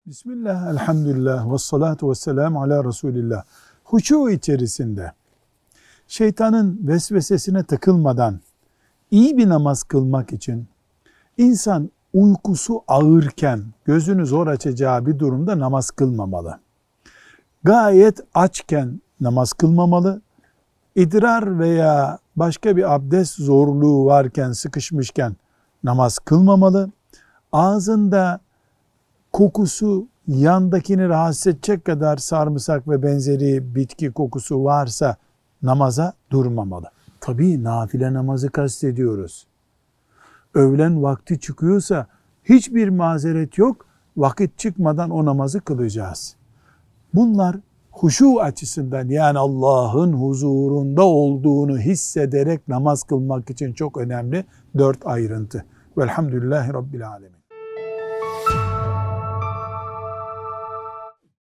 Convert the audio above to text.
Bismillah, elhamdülillah, ve salatu ve selamu ala Resulillah. Huşu içerisinde şeytanın vesvesesine takılmadan iyi bir namaz kılmak için insan uykusu ağırken gözünü zor açacağı bir durumda namaz kılmamalı. Gayet açken namaz kılmamalı. İdrar veya başka bir abdest zorluğu varken, sıkışmışken namaz kılmamalı. Ağzında kokusu yandakini rahatsız edecek kadar sarımsak ve benzeri bitki kokusu varsa namaza durmamalı. Tabii nafile namazı kastediyoruz. Öğlen vakti çıkıyorsa hiçbir mazeret yok. Vakit çıkmadan o namazı kılacağız. Bunlar huşu açısından, yani Allah'ın huzurunda olduğunu hissederek namaz kılmak için çok önemli 4 ayrıntı. Velhamdülillahi Rabbil Alemin.